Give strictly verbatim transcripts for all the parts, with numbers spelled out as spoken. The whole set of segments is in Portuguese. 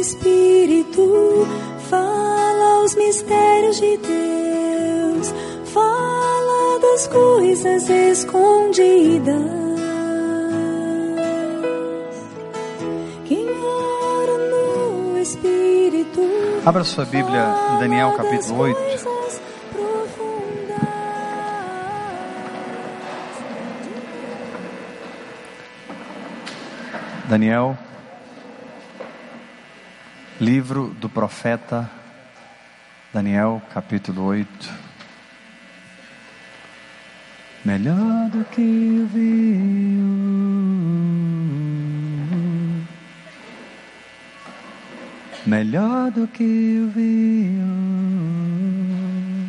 Espírito, fala os mistérios de Deus, fala das coisas escondidas. Quem ora no Espírito, abra sua Bíblia em Daniel capítulo oito. Daniel, livro do profeta Daniel, capítulo oito. Melhor do que o vinho, melhor do que o vinho.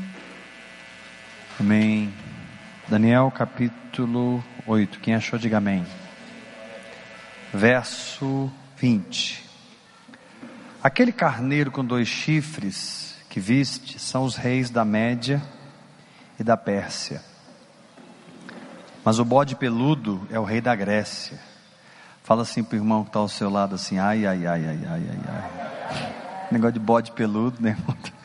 Amém. Daniel, capítulo oito. Quem achou, diga amém. Verso vinte. Aquele carneiro com dois chifres que viste são os reis da Média e da Pérsia, mas o bode peludo é o rei da Grécia. Fala assim para o irmão que está ao seu lado assim: ai, ai, ai, ai, ai, ai, ai. Negócio de bode peludo, né?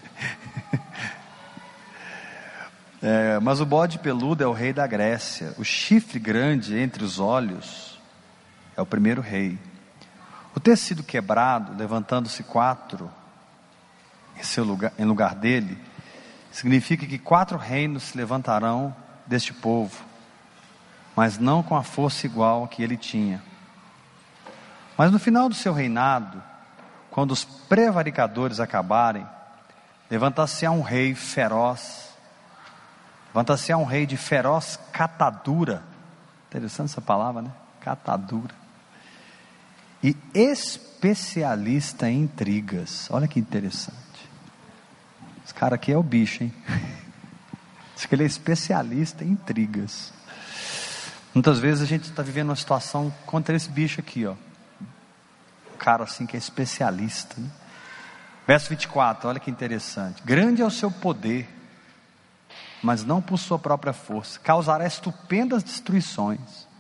É, mas o bode peludo é o rei da Grécia. O chifre grande entre os olhos é o primeiro rei. O tecido quebrado, levantando-se quatro em seu lugar, em lugar dele, significa que quatro reinos se levantarão deste povo, mas não com a força igual que ele tinha. Mas no final do seu reinado, quando os prevaricadores acabarem, levantar-se-á um rei feroz, levantar-se-á um rei de feroz catadura. Interessante essa palavra, né? Catadura. E especialista em intrigas. Olha que interessante. Esse cara aqui é o bicho, hein? Diz que ele é especialista em intrigas. Muitas vezes a gente está vivendo uma situação contra esse bicho aqui, ó. Um cara assim que é especialista, né? Verso vinte e quatro, olha que interessante. Grande é o seu poder, mas não por sua própria força. Causará estupendas destruições.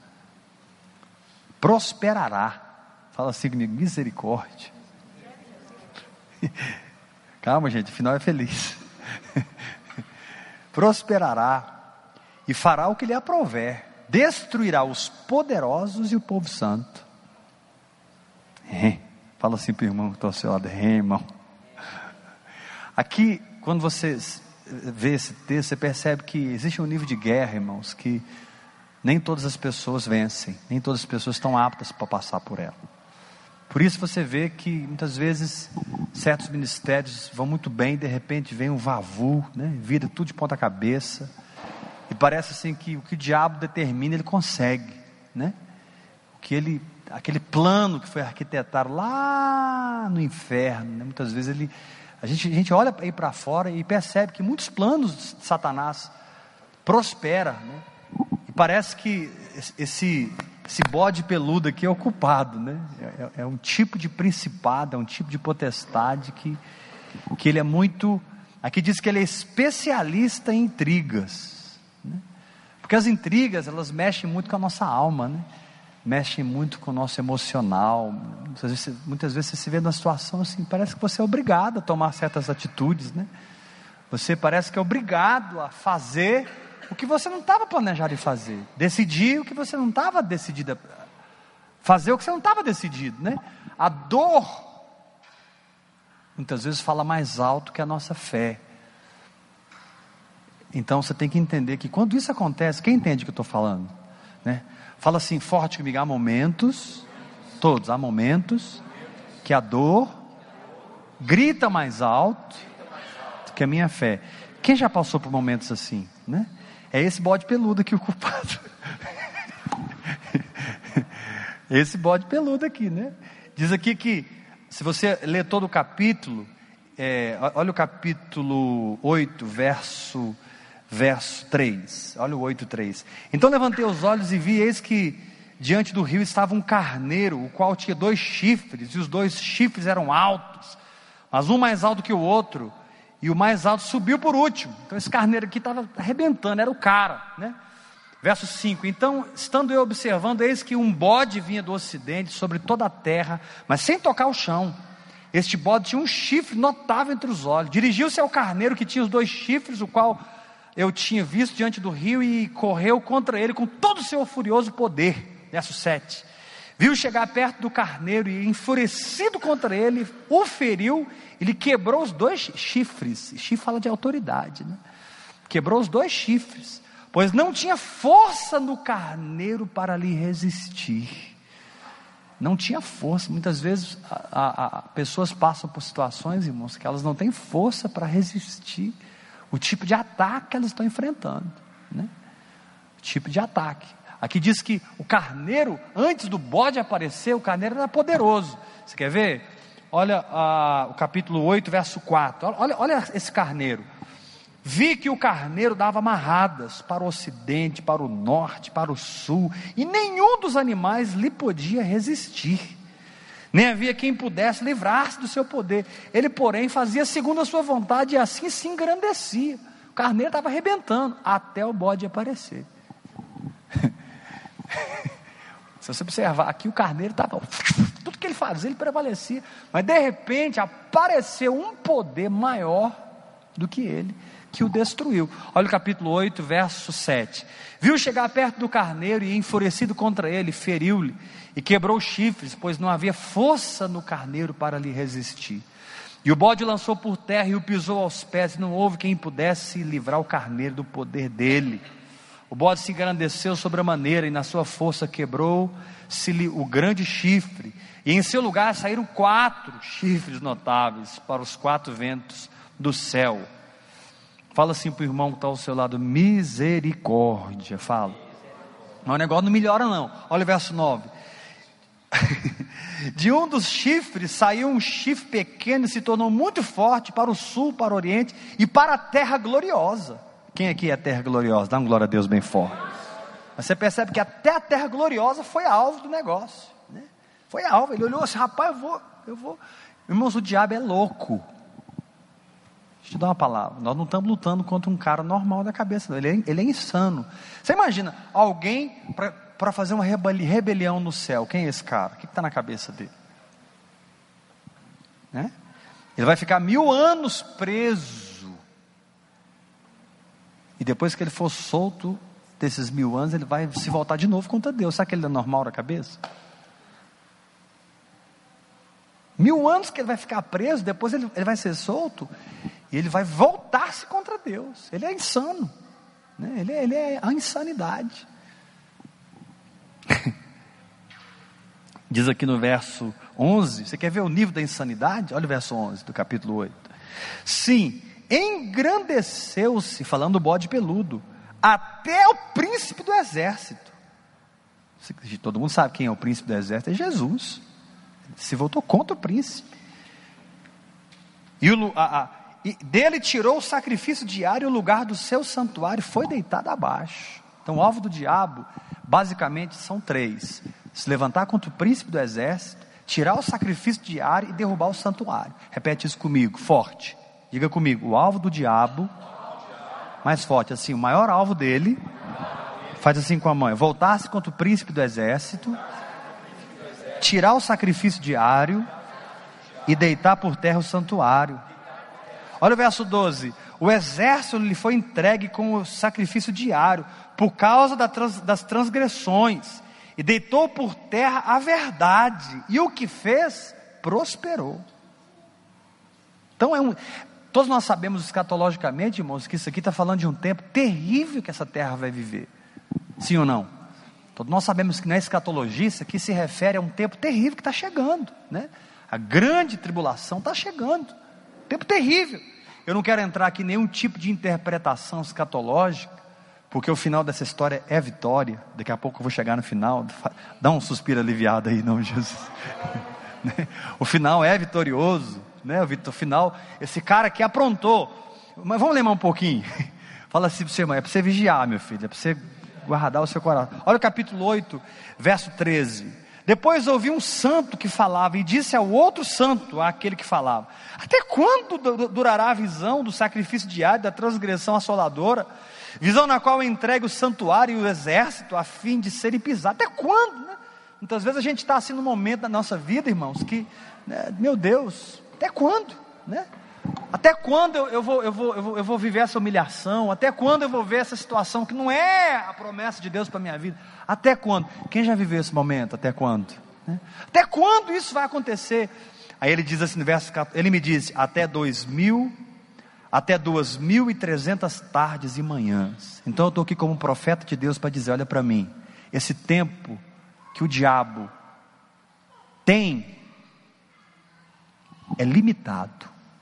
Prosperará. Fala assim comigo: misericórdia. Calma, gente, o final é feliz. Prosperará e fará o que lhe aprouver. Destruirá os poderosos e o povo santo. É. Fala assim para o irmão que está ao seu lado: é, irmão. Aqui, quando você vê esse texto, você percebe que existe um nível de guerra, irmãos, que nem todas as pessoas vencem, nem todas as pessoas estão aptas para passar por ela. Por isso você vê que muitas vezes certos ministérios vão muito bem, de repente vem um vavu, né? Vira tudo de ponta cabeça, e parece assim que o que o diabo determina ele consegue, né? O que ele, aquele plano que foi arquitetado lá no inferno, né? Muitas vezes ele, a gente, a gente olha aí para fora e percebe que muitos planos de Satanás prosperam, né? E parece que esse Esse bode peludo aqui é o culpado, né? É, é um tipo de principado, é um tipo de potestade que, que ele é muito... Aqui diz que ele é especialista em intrigas, né? Porque as intrigas, elas mexem muito com a nossa alma, né? Mexem muito com o nosso emocional. Muitas vezes, muitas vezes você se vê numa situação assim, parece que você é obrigado a tomar certas atitudes, né? Você parece que é obrigado a fazer o que você não estava planejado em fazer, decidir o que você não estava decidido a fazer, o que você não estava decidido, né? A dor muitas vezes fala mais alto que a nossa fé. Então você tem que entender que quando isso acontece, quem entende o que eu estou falando, né? Fala assim forte comigo: há momentos, todos, há momentos que a dor grita mais alto do que a minha fé. Quem já passou por momentos assim, né? É esse bode peludo aqui o culpado. Esse bode peludo aqui, né? Diz aqui que, se você ler todo o capítulo, é, olha o capítulo oito, verso, verso três. Olha o oito, três. Então levantei os olhos e vi, eis que diante do rio estava um carneiro, o qual tinha dois chifres, e os dois chifres eram altos, mas um mais alto que o outro, e o mais alto subiu por último. Então esse carneiro aqui estava arrebentando, era o cara, né? Verso cinco, então estando eu observando, eis que um bode vinha do ocidente sobre toda a terra, mas sem tocar o chão, Este bode tinha um chifre notável entre os olhos. Dirigiu-se ao carneiro que tinha os dois chifres, o qual eu tinha visto diante do rio, e correu contra ele com todo o seu furioso poder. Verso sete. Viu chegar perto do carneiro e, enfurecido contra ele, o feriu e lhe quebrou os dois chifres. Chifre fala de autoridade, né? Quebrou os dois chifres, pois não tinha força no carneiro para lhe resistir. Não tinha força. Muitas vezes a, a, a, pessoas passam por situações, irmãos, que elas não têm força para resistir o tipo de ataque que elas estão enfrentando, né? O tipo de ataque. Aqui diz que o carneiro, antes do bode aparecer, o carneiro era poderoso. Você quer ver? Olha ah, o capítulo oito, verso quatro. Olha, olha esse carneiro. Vi que o carneiro dava amarradas para o ocidente, para o norte, para o sul, e nenhum dos animais lhe podia resistir. Nem havia quem pudesse livrar-se do seu poder. Ele, porém, fazia segundo a sua vontade, e assim se engrandecia. O carneiro estava arrebentando, até o bode aparecer. Se você observar aqui, o carneiro estava, tudo que ele fazia, ele prevalecia, mas de repente apareceu um poder maior do que ele, que o destruiu. Olha o capítulo oito, verso sete. Viu chegar perto do carneiro e, enfurecido contra ele, feriu-lhe e quebrou os chifres, pois não havia força no carneiro para lhe resistir. E o bode lançou por terra e o pisou aos pés, e não houve quem pudesse livrar o carneiro do poder dele. O bode se engrandeceu sobremaneira, e na sua força quebrou-se-lhe o grande chifre, e em seu lugar saíram quatro chifres notáveis para os quatro ventos do céu. Fala assim para o irmão que está ao seu lado: misericórdia. Fala. Mas o negócio não melhora não. Olha o verso nove. De um dos chifres saiu um chifre pequeno e se tornou muito forte para o sul, para o oriente e para a terra gloriosa. Quem aqui é a terra gloriosa? Dá um glória a Deus bem forte. Mas você percebe que até a terra gloriosa foi alvo do negócio, né? Foi alvo. Ele olhou assim: rapaz, eu vou, eu vou. Irmãos, o diabo é louco. Deixa eu te dar uma palavra. Nós não estamos lutando contra um cara normal da cabeça, não. Ele é, ele é insano. Você imagina alguém para fazer uma rebelião no céu? Quem é esse cara? O que está na cabeça dele? Né? Ele vai ficar mil anos preso. E depois que ele for solto desses mil anos, ele vai se voltar de novo contra Deus. Sabe que ele é normal na cabeça? Mil anos que ele vai ficar preso, depois ele, ele vai ser solto, e ele vai voltar-se contra Deus. Ele é insano, né? ele, ele é a insanidade. Diz aqui no verso onze, você quer ver o nível da insanidade? Olha o verso onze do capítulo oito. Sim, engrandeceu-se, falando do bode peludo, até o príncipe do exército. Todo mundo sabe quem é o príncipe do exército, é Jesus. Se voltou contra o príncipe. E, o, a, a, e dele tirou o sacrifício diário, o lugar do seu santuário foi deitado abaixo. Então o alvo do diabo basicamente são três: se levantar contra o príncipe do exército, tirar o sacrifício diário e derrubar o santuário. Repete isso comigo, forte. Diga comigo: o alvo do diabo, mais forte assim, o maior alvo dele, faz assim com a mão: voltar-se contra o príncipe do exército, tirar o sacrifício diário e deitar por terra o santuário. Olha o verso doze. O exército lhe foi entregue com o sacrifício diário, por causa da trans, das transgressões, e deitou por terra a verdade, e o que fez, prosperou. Então é um... Todos nós sabemos escatologicamente, irmãos, que isso aqui está falando de um tempo terrível que essa terra vai viver. Sim ou não? Todos nós sabemos que na escatologia isso aqui se refere a um tempo terrível que está chegando, né? A grande tribulação está chegando. Tempo terrível. Eu não quero entrar aqui em nenhum tipo de interpretação escatológica, porque o final dessa história é vitória. Daqui a pouco eu vou chegar no final. Dá um suspiro aliviado aí, não, Jesus. O final é vitorioso, né? O final, esse cara que aprontou. Mas vamos lembrar um pouquinho. Fala assim para você, mãe: é para você vigiar, meu filho, é para você guardar o seu coração. Olha o capítulo oito, verso treze. Depois ouvi um santo que falava, e disse ao outro santo, àquele que falava: até quando durará a visão do sacrifício diário, da transgressão assoladora, visão na qual entregue o santuário e o exército, a fim de serem pisados? Até quando, né? Muitas vezes a gente está assim num momento da nossa vida, irmãos, que, né, meu Deus, Até quando? Né? Até quando eu, eu, vou, eu, vou, eu, vou, eu vou viver essa humilhação? Até quando eu vou ver essa situação que não é a promessa de Deus para a minha vida? Até quando? Quem já viveu esse momento? Até quando? Né? Até quando isso vai acontecer? Aí ele diz assim no verso quatorze, ele me diz, até dois mil, até duas mil e trezentas tardes e manhãs. Então eu estou aqui como um profeta de Deus para dizer, olha para mim, esse tempo que o diabo tem, é limitado,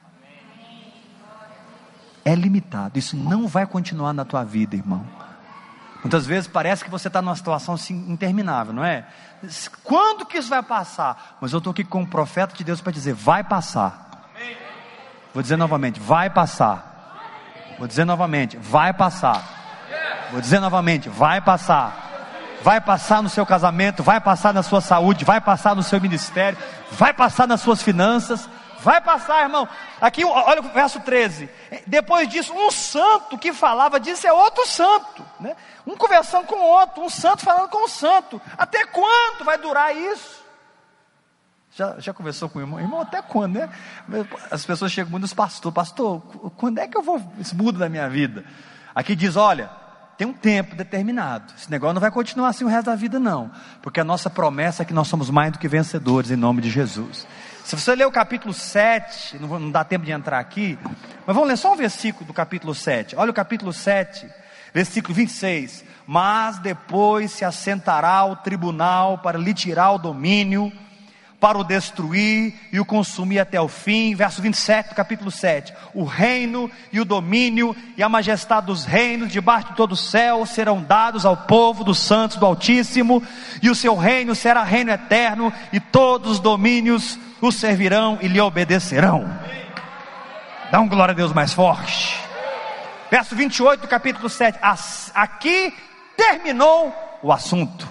é limitado, isso não vai continuar na tua vida, irmão. Muitas vezes parece que você está numa situação assim, interminável, não é? Quando que isso vai passar? Mas eu estou aqui como um profeta de Deus para dizer, vai passar. Vou dizer novamente, vai passar. Vou dizer novamente, vai passar. Vou dizer novamente, vai passar. Vai passar no seu casamento, vai passar na sua saúde, vai passar no seu ministério, vai passar nas suas finanças, vai passar, irmão. Aqui, olha o verso treze. Depois disso, um santo que falava disso é outro santo, né? Um conversando com o outro, um santo falando com o santo. Até quando vai durar isso? Já, já conversou com o irmão? Irmão, até quando, né? As pessoas chegam muito nos pastores, pastor, quando é que eu vou, isso muda na minha vida? Aqui diz, olha, tem um tempo determinado, esse negócio não vai continuar assim o resto da vida não, porque a nossa promessa é que nós somos mais do que vencedores em nome de Jesus. Se você ler o capítulo sete, não, vou, não dá tempo de entrar aqui, mas vamos ler só um versículo do capítulo sete, olha o capítulo sete, versículo vinte e seis, mas depois se assentará o tribunal para lhe tirar o domínio, para o destruir e o consumir até o fim. Verso vinte e sete do capítulo sete, o reino e o domínio e a majestade dos reinos debaixo de todo o céu serão dados ao povo dos santos do Altíssimo, e o seu reino será reino eterno, e todos os domínios o servirão e lhe obedecerão. Dá um glória a Deus mais forte. Verso vinte e oito do capítulo sete, aqui terminou o assunto.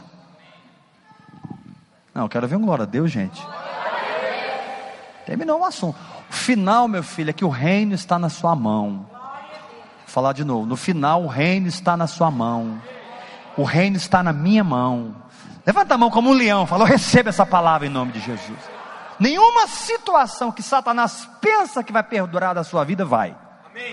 Não, eu quero ver um glória a Deus, gente. Terminou o assunto. O final, meu filho, é que o reino está na sua mão. Vou falar de novo. No final, o reino está na sua mão. O reino está na minha mão. Levanta a mão como um leão. Falou, receba essa palavra em nome de Jesus. Nenhuma situação que Satanás pensa que vai perdurar da sua vida, vai. Amém.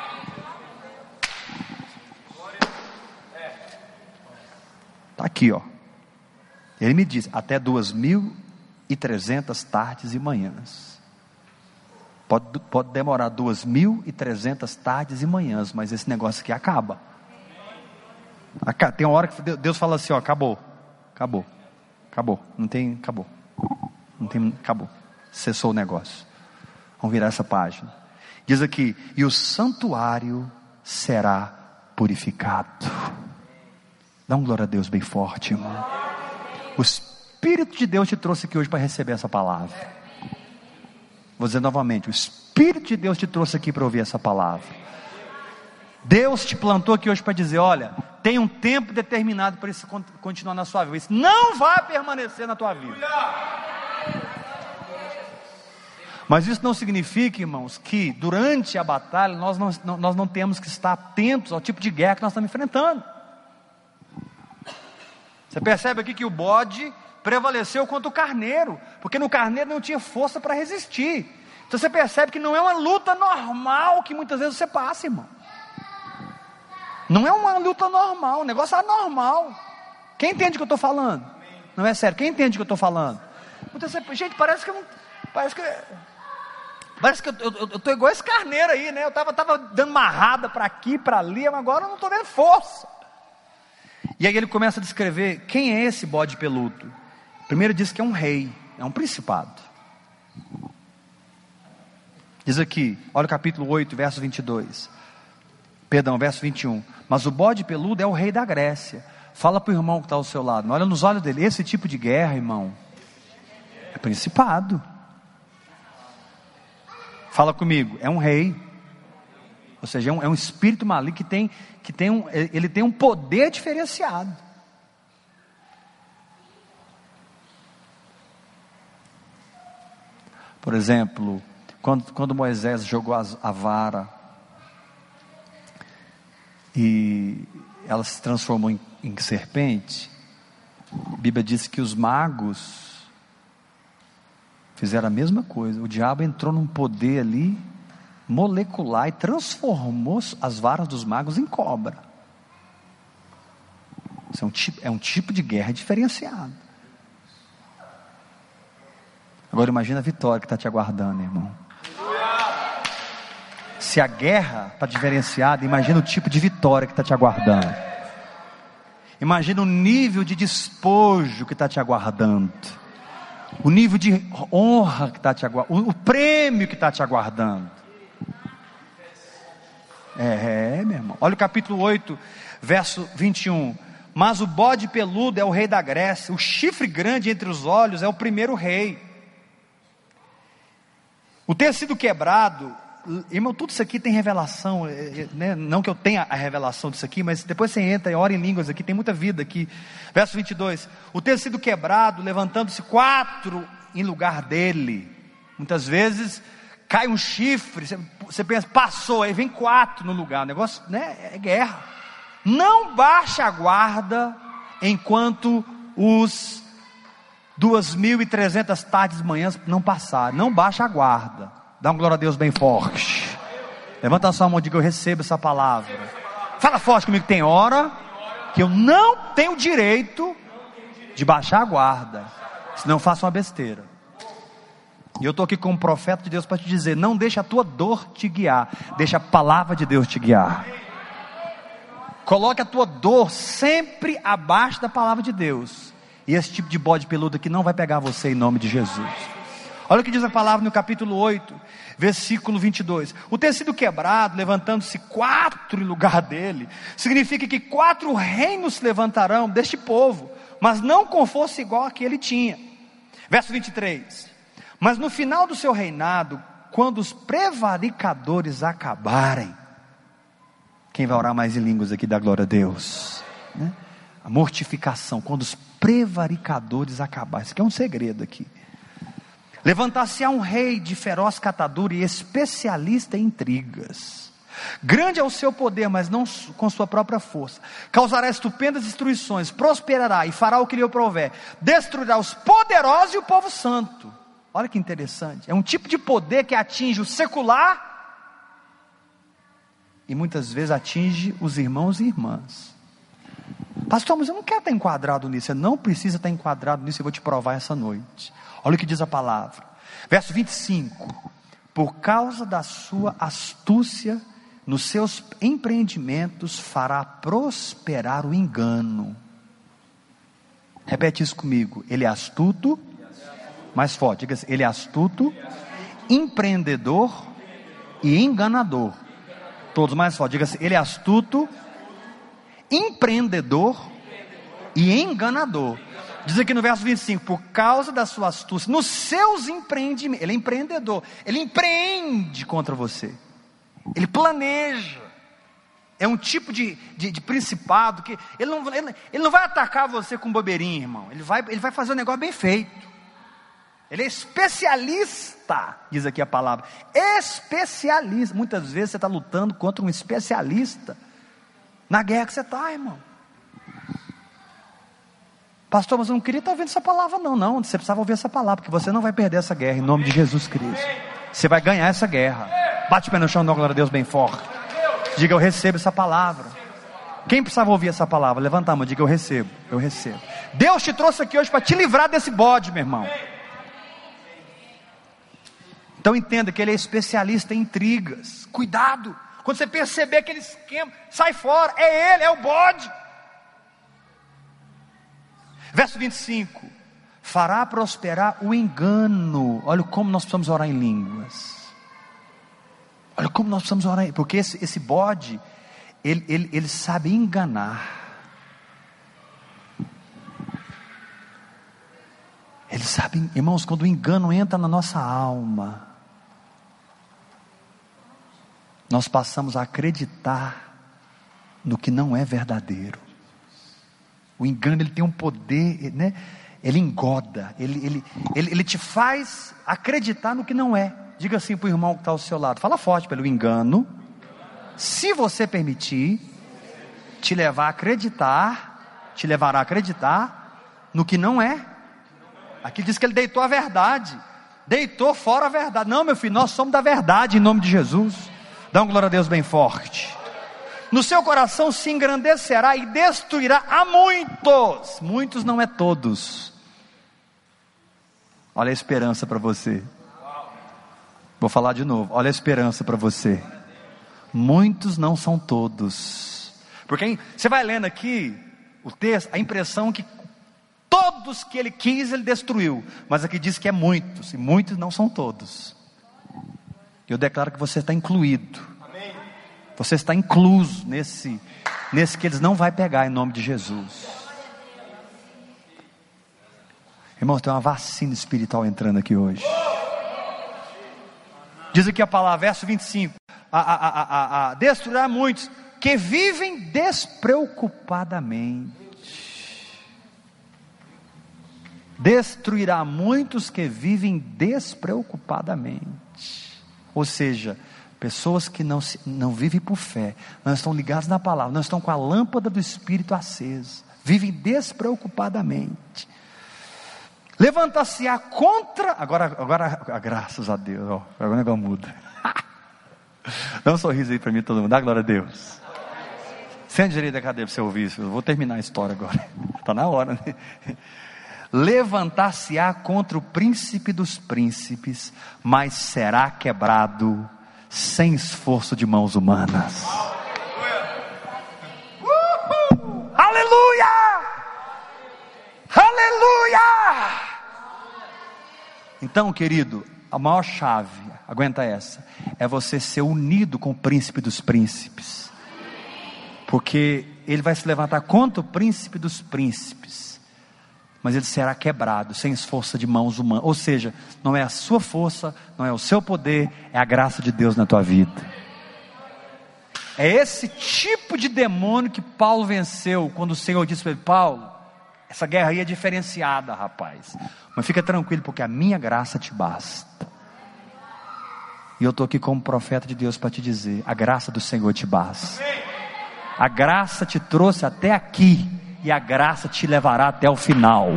Está aqui, ó. Ele me diz, até duas mil e trezentas tardes e manhãs. Pode, pode demorar duas mil e trezentas tardes e manhãs, mas esse negócio aqui acaba. Tem uma hora que Deus fala assim, ó, acabou, acabou, acabou, não tem, acabou, não tem, acabou, cessou o negócio. Vamos virar essa página. Diz aqui, e o santuário será purificado. Dá um glória a Deus bem forte, irmão. O Espírito de Deus te trouxe aqui hoje para receber essa palavra. Vou dizer novamente, o Espírito de Deus te trouxe aqui para ouvir essa palavra. Deus te plantou aqui hoje para dizer, olha, tem um tempo determinado para isso continuar na sua vida. Isso não vai permanecer na tua vida. Mas isso não significa, irmãos, que durante a batalha nós não, nós não temos que estar atentos ao tipo de guerra que nós estamos enfrentando. Você percebe aqui que o bode prevaleceu contra o carneiro, porque no carneiro não tinha força para resistir. Então você percebe que não é uma luta normal que muitas vezes você passa, irmão. Não é uma luta normal, o negócio é anormal. Quem entende o que eu estou falando? Não é sério, quem entende o que eu estou falando? Muitas vezes, gente, parece que eu não, parece que parece que eu estou igual esse carneiro aí, né? Eu estava tava dando marrada para aqui, para ali, mas agora eu não estou vendo força. E aí ele começa a descrever quem é esse bode peludo. Primeiro diz que é um rei, é um principado. Diz aqui, olha o capítulo oito, verso vinte e dois. Perdão, verso vinte e um. Mas o bode peludo é o rei da Grécia. Fala para o irmão que está ao seu lado, olha nos olhos dele, esse tipo de guerra, irmão, é principado. Fala comigo, é um rei. Ou seja, é um, é um espírito maligno que tem, que tem um, ele tem um poder diferenciado. Por exemplo, quando, quando Moisés jogou a, a vara e ela se transformou em, em serpente, a Bíblia diz que os magos fizeram a mesma coisa. O diabo entrou num poder ali molecular e transformou as varas dos magos em cobra. Isso é um tipo, é um tipo de guerra diferenciado. Agora imagina a vitória que está te aguardando, irmão. Se a guerra está diferenciada, imagina o tipo de vitória que está te aguardando. Imagina o nível de despojo que está te aguardando. O nível de honra que está te aguardando. O prêmio que está te aguardando. É, meu irmão. Olha o capítulo oito, verso vinte e um. Mas o bode peludo é o rei da Grécia. O chifre grande entre os olhos é o primeiro rei. O tecido quebrado... Irmão, tudo isso aqui tem revelação, né? Não que eu tenha a revelação disso aqui, mas depois você entra e ora em línguas aqui, tem muita vida aqui. Verso vinte e dois, o tecido quebrado, levantando-se quatro em lugar dele. Muitas vezes cai um chifre, você, você pensa, passou, aí vem quatro no lugar. O negócio, né, é guerra. Não baixa a guarda enquanto os duas mil e trezentas tardes manhãs não passarem. Não baixa a guarda. Dá um glória a Deus bem forte. Levanta a sua mão e diga: eu recebo essa palavra. Fala forte comigo. Tem hora que eu não tenho direito de baixar a guarda, senão eu faço uma besteira. E eu estou aqui como profeta de Deus para te dizer: não deixa a tua dor te guiar, deixa a palavra de Deus te guiar. Coloque a tua dor sempre abaixo da palavra de Deus, e esse tipo de bode peludo aqui não vai pegar você, em nome de Jesus. Olha o que diz a palavra no capítulo oito, versículo vinte e dois. O tecido quebrado, levantando-se quatro em lugar dele, significa que quatro reinos se levantarão deste povo, mas não com força igual a que ele tinha. Verso vinte e três. Mas no final do seu reinado, quando os prevaricadores acabarem, quem vai orar mais em línguas aqui, dá glória a Deus, né? A mortificação, quando os prevaricadores acabarem. Isso aqui é um segredo aqui. Levantar-se-á um rei de feroz catadura e especialista em intrigas. Grande é o seu poder, mas não com sua própria força. Causará estupendas destruições, prosperará e fará o que lhe prover. Destruirá os poderosos e o povo santo. Olha que interessante. É um tipo de poder que atinge o secular e muitas vezes atinge os irmãos e irmãs. Pastor, mas eu não quero estar enquadrado nisso. Você não precisa estar enquadrado nisso. Eu vou te provar essa noite. Olha o que diz a palavra, verso vinte e cinco. Por causa da sua astúcia nos seus empreendimentos, fará prosperar o engano. Repete isso comigo. Ele é astuto, mais forte, diga assim, ele é astuto, empreendedor e enganador. Todos mais forte, diga assim, ele é astuto, empreendedor e enganador. Diz aqui no verso vinte e cinco, por causa da sua astúcia, nos seus empreendimentos, ele é empreendedor, ele empreende contra você, ele planeja, é um tipo de, de, de principado, que ele não, ele, ele não vai atacar você com bobeirinha, irmão, ele vai, ele vai fazer um negócio bem feito, ele é especialista, diz aqui a palavra, especialista. Muitas vezes você está lutando contra um especialista, na guerra que você está, irmão. Pastor, mas eu não queria estar ouvindo essa palavra não, não, você precisava ouvir essa palavra, porque você não vai perder essa guerra, em nome de Jesus Cristo, você vai ganhar essa guerra. Bate o pé no chão, dá glória a Deus bem forte, diga: eu recebo essa palavra. Quem precisava ouvir essa palavra? Levanta a mão, diga: eu recebo, eu recebo. Deus te trouxe aqui hoje para te livrar desse bode, meu irmão. Então entenda que ele é especialista em intrigas, cuidado, quando você perceber aquele esquema, sai fora, é ele, é o bode. Verso vinte e cinco, fará prosperar o engano. Olha como nós precisamos orar em línguas. Olha como nós precisamos orar, porque esse, esse bode, ele, ele, ele sabe enganar. Ele sabe, irmãos, quando o engano entra na nossa alma, nós passamos a acreditar no que não é verdadeiro. O engano, ele tem um poder, né? Ele engoda, ele, ele, ele, ele te faz acreditar no que não é. Diga assim para o irmão que está ao seu lado, fala forte: pelo engano, se você permitir, te levar a acreditar, te levará a acreditar no que não é. Aqui diz que ele deitou a verdade deitou fora a verdade. Não, meu filho, nós somos da verdade em nome de Jesus. Dá uma glória a Deus bem forte. No seu coração se engrandecerá e destruirá a muitos. Muitos não é todos. Olha a esperança para você. Vou falar de novo. Olha a esperança para você. Muitos não são todos. Porque você vai lendo aqui o texto, a impressão que todos que ele quis, ele destruiu. Mas aqui diz que é muitos. E muitos não são todos. Eu declaro que você está incluído. Você está incluso nesse, nesse que eles não vão pegar em nome de Jesus. Irmãos, tem uma vacina espiritual entrando aqui hoje. Diz aqui a palavra, verso vinte e cinco. A, a, a, a, a destruirá muitos que vivem despreocupadamente. Destruirá muitos que vivem despreocupadamente. Ou seja, pessoas que não, se, não vivem por fé, não estão ligadas na palavra, não estão com a lâmpada do Espírito acesa, vivem despreocupadamente. Levantar-se-á contra, agora, agora, graças a Deus, ó, agora o negócio muda. Dá um sorriso aí para mim, todo mundo, dá glória a Deus. Sente direito da cadeira para você ouvir isso, eu vou terminar a história agora, está na hora, né? Levantar-se-á contra o príncipe dos príncipes, mas será quebrado sem esforço de mãos humanas. Uhul. Aleluia! Aleluia! Então, querido, a maior chave, aguenta essa, é você ser unido com o príncipe dos príncipes, porque ele vai se levantar contra o príncipe dos príncipes, mas ele será quebrado, sem esforço de mãos humanas. Ou seja, não é a sua força, não é o seu poder, é a graça de Deus na tua vida. É esse tipo de demônio que Paulo venceu, quando o Senhor disse para ele: Paulo, essa guerra aí é diferenciada, rapaz, mas fica tranquilo, porque a minha graça te basta. E eu estou aqui como profeta de Deus para te dizer: a graça do Senhor te basta. A graça te trouxe até aqui, e a graça te levará até o final.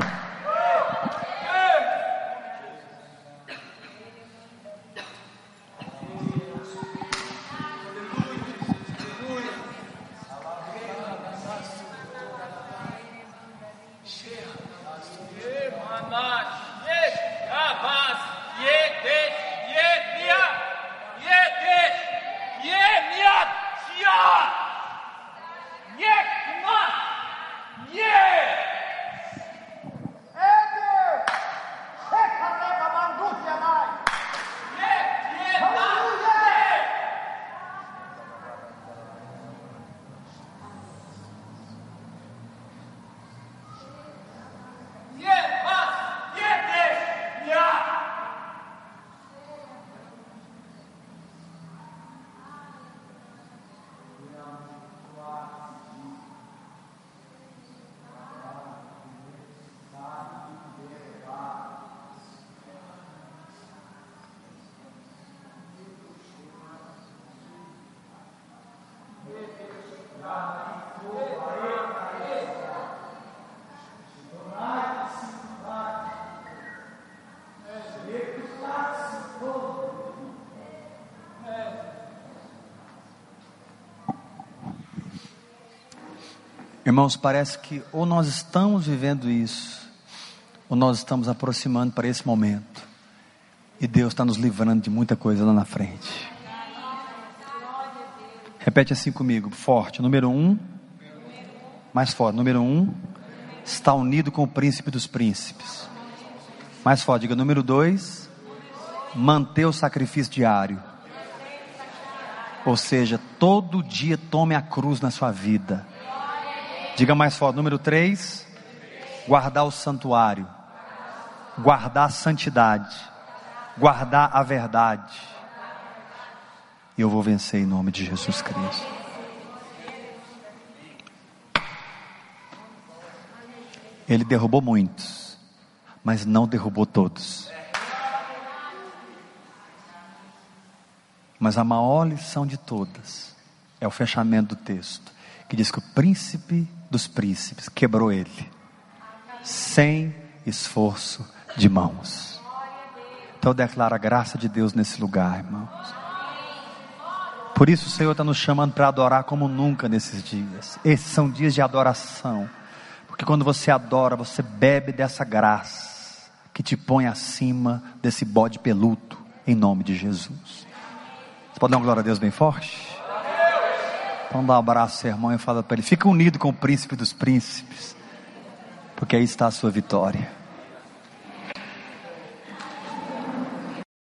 Irmãos, parece que ou nós estamos vivendo isso, ou nós estamos aproximando para esse momento, e Deus está nos livrando de muita coisa lá na frente. Repete assim comigo, forte. Número um, mais forte. Número um, está unido com o príncipe dos príncipes. Mais forte, diga. Número dois, manter o sacrifício diário. Ou seja, todo dia tome a cruz na sua vida. Diga mais forte. Número três, guardar o santuário, guardar a santidade, guardar a verdade. E eu vou vencer em nome de Jesus Cristo. Ele derrubou muitos, mas não derrubou todos. Mas a maior lição de todas é o fechamento do texto, que diz que o príncipe dos príncipes quebrou ele, sem esforço de mãos. Então eu declaro a graça de Deus nesse lugar, irmãos. Por isso o Senhor está nos chamando para adorar como nunca nesses dias. Esses são dias de adoração. Porque quando você adora, você bebe dessa graça que te põe acima desse bode peludo, em nome de Jesus. Você pode dar uma glória a Deus bem forte? Então dá um abraço ao seu irmão e fala para ele: fica unido com o príncipe dos príncipes, porque aí está a sua vitória.